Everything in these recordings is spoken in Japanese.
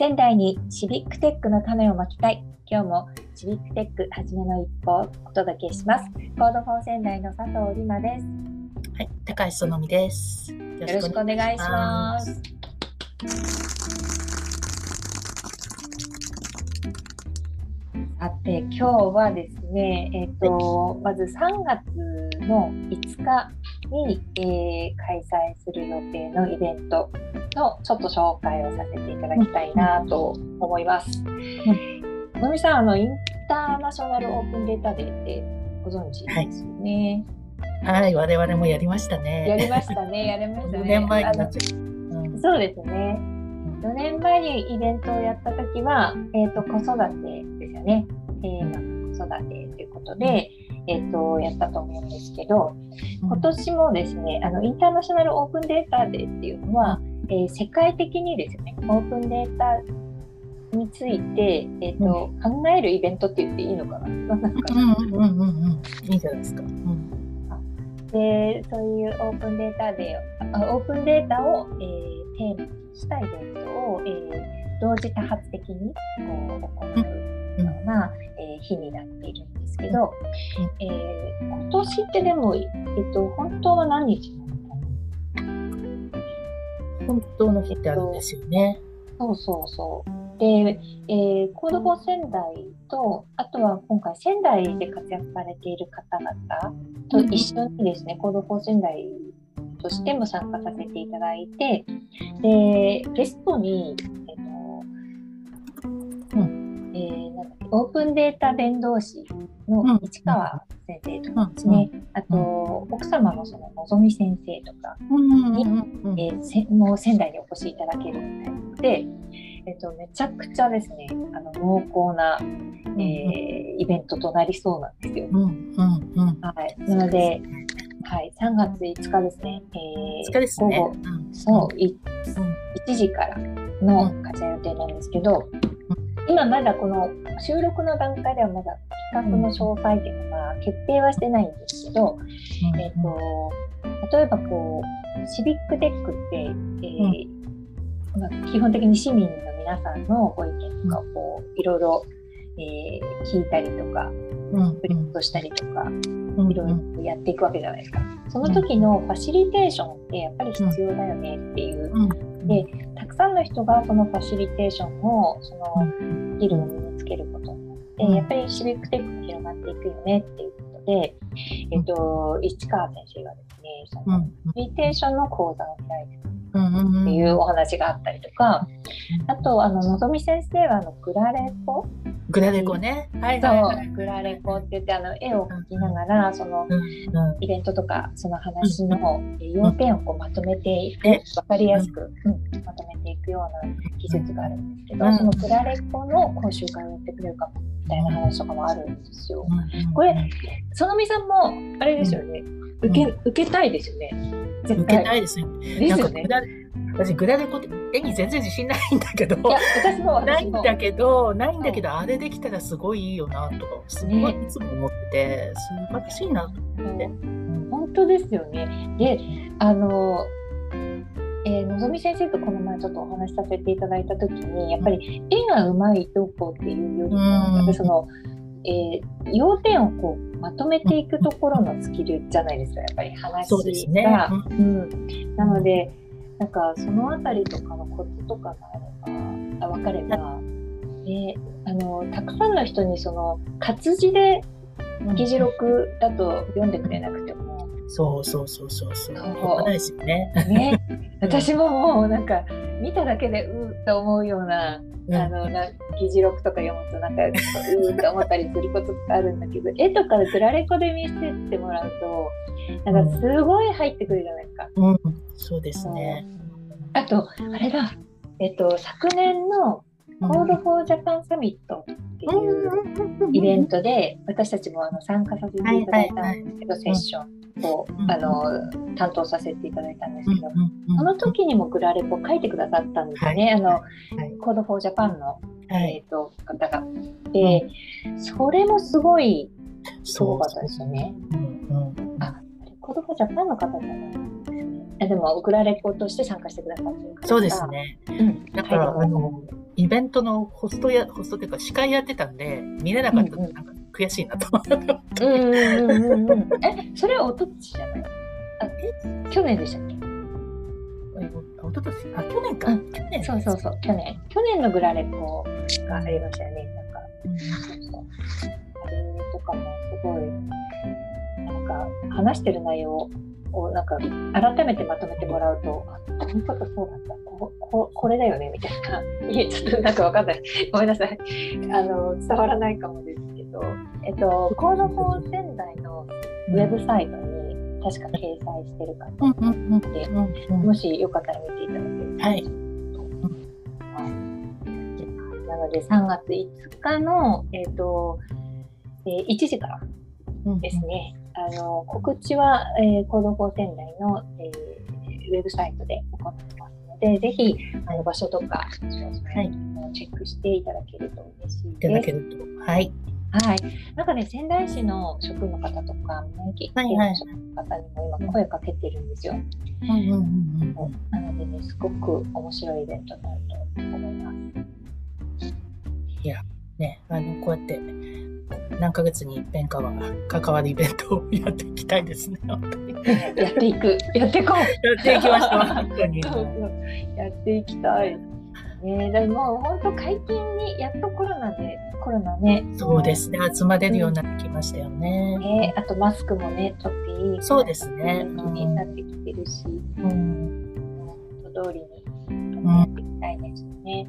仙台にシビックテックの種をまきたい。今日もシビックテックはじめの一歩をお届けします。コードフォー仙台の佐藤里奈です。 はい、高橋そのみです。よろしくお願いします。さて、今日はですね、まず3月の5日に、開催する予定のイベントのちょっと紹介をさせていただきたいなと思います。のみさん、インターナショナルオープンデータデーってご存知ですよね。 はい、我々もやりましたね。 やりましたね。4 年前になっちゃう。そうですね。4年前にイベントをやったときは、子育てですよね。子育てということで、やったと思うんですけど、今年もですね、インターナショナルオープンデータデーっていうのは、世界的にですね、オープンデータについて、考えるイベントって言っていいのかな。 いいじゃないですか。 で、そういうオープンデータで、オープンデータを、テーマにしたイベントを、同時多発的にこう行うような、日になっているんですけど、今年ってでも、本当は何日なのかな？ 本当の日ってあるんですよね。 そう。で、コードフォー仙台と、あとは今回仙台で活躍されている方々と一緒にですね、コードフォー仙台としても参加させていただいて、で、ゲストに、オープンデータ伝道師の市川先生とかですね、あと、奥様のそののぞみ先生とかに、もう仙台にお越しいただけるみたいなので、めちゃくちゃですね、濃厚な、イベントとなりそうなんですよ。はい、なので、はい、3月5日ですね、午後、1時からの開催予定なんですけど、今まだこの収録の段階ではまだ企画の詳細っていうのは決定はしてないんですけど、例えばこうシビックテックって、基本的に市民の皆さんのご意見とかをこういろいろ、聞いたりとか、プリントしたりとか、いろいろやっていくわけじゃないですか。その時のファシリテーションってやっぱり必要だよねっていう。で、たくさんの人がそのファシリテーションをそのスキルを身につけることによってやっぱりシビックテックが広がっていくよねっていうことで、市川先生がですね、そのファシリテーションの講座を開いてるっていうお話があったりとか、あとのぞみ先生はグラレコね、グラレコって言って絵を描きながらそのイベントとかその話の要点をこうまとめていく、分かりやすく、まとめていくような技術があるんですけど、そのグラレコの講習会をやってくれるかもみたいな話とかもあるんですよ。これそのみさんもあれですよね、受けたいですよね。 受けたいですよ。 ですよね。 私グラレコって絵に全然自信ないんだけど、 私もないんだけどあれできたらすごいいいよなとかすごいいつも思ってて、素晴らしいなと思って、 本当ですよね。で、のぞみ先生とこの前ちょっとお話しさせていただいた時に、やっぱり絵がうまいどうこうっていうよりも、やっぱりその要点をこうまとめていくところのスキルじゃないですか、やっぱり話が。 そうですね。 なのでなんかそのあたりとかのコツとかが分かれば、たくさんの人にその活字で議事録だと読んでくれなくても、 そうですよね。 私ももうなんか見ただけでと思うような議事録とか読むとなんかって思ったりすることとかあるんだけど、絵とかグラレコで見せてもらうとなんかすごい入ってくるじゃないですか。 そうですね。 あとあれだ、昨年のコードフォージャパンサミットっていうイベントで私たちも参加させていただいたんですけど、セッションを担当させていただいたんですけど、その時にもグラレコ書いてくださったんですよね、コードフォージャパンの、方が。で、それもすごかったですよね。コードフォージャパンの方じゃないですね。でもグラレコとして参加してくださってる方が。 そうですね。だからイベントのホストっていうか司会やってたんで、見れなかったのなんか悔しいなと思って。 それは一昨年じゃない？去年でしたっけ？ 一昨年？去年か。去年。 そう、去年のグラレコがありましたよね。なんか、あれとかもすごい、なんか話してる内容をなんか改めてまとめてもらうと、こういうことそうなんだ、これだよねみたいな。いえ、ちょっとなんかわかんない。ごめんなさい。伝わらないかもですけど、コードフォー仙台のウェブサイトに確か掲載してるかと思って、もしよかったら見ていただけると。 はい。 なので3月5日の1時からですね。告知は、コードフォー仙台の、ウェブサイトで行ってますので、ぜひ場所とかチェックしていただけると嬉しいです。いただけると。はい。はい。なんかね、仙台市の職員の方とか、免疫系の職員の方にも今声かけてるんですよ。なのでね、すごく面白いイベントになると思います。 いや、ね、こうやって、何ヶ月に一遍かは関わるイベントをやっていきたいですね。本当にやっていく、やっていこう。 やっていきましょう。本当に。 やっていきたい。でも本当解禁にやっとコロナね。 そうですね。集まれるようになってきましたよね。 あとマスクもね、取っていい。 そうですね。 になってきてるし、元通りにやっていきたいですよね。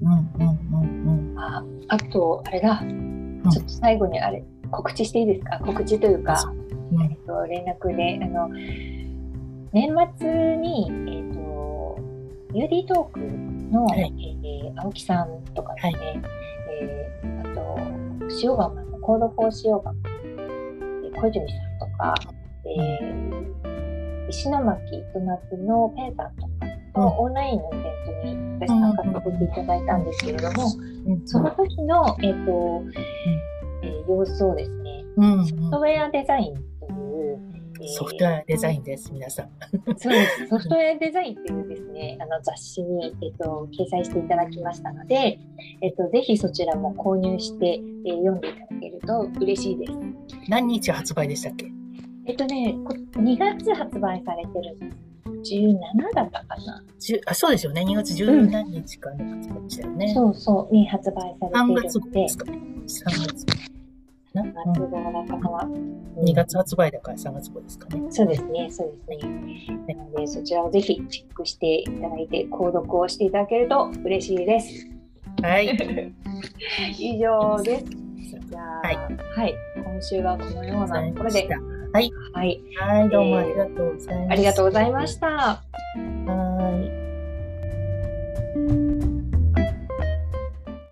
あとあれだ。ちょっと最後に告知していいですか？告知というか、連絡で年末にUD トークの、青木さんとかですね、あと塩釜のコードフォー塩釜小泉さんとか、石巻糸夏のペンさんとかとオンラインのイベントに私参加させていただいたんですけれども、その時の、様子をですね、ソフトウェアデザインという、 ソフトウェアデザインです、皆さん。 そうです。ソフトウェアデザインというですね、雑誌に、掲載していただきましたので、ぜひそちらも購入して、読んでいただけると嬉しいです。 何日発売でしたっけ ？2月発売されてるんです。17だったかな。 そうですよね。2月10何日かの発売でしたよね。 そうに発売されているので。 3月号ですかね。3月。 3月号だったかな。 2月発売だから3月号ですかね。 そうですね。なのでそちらをぜひチェックしていただいて購読をしていただけると嬉しいです。 はい。 以上です。じゃあ、今週はこのようなところで。 はい、どうもありがとうございました。 ありがとうございました。 はい。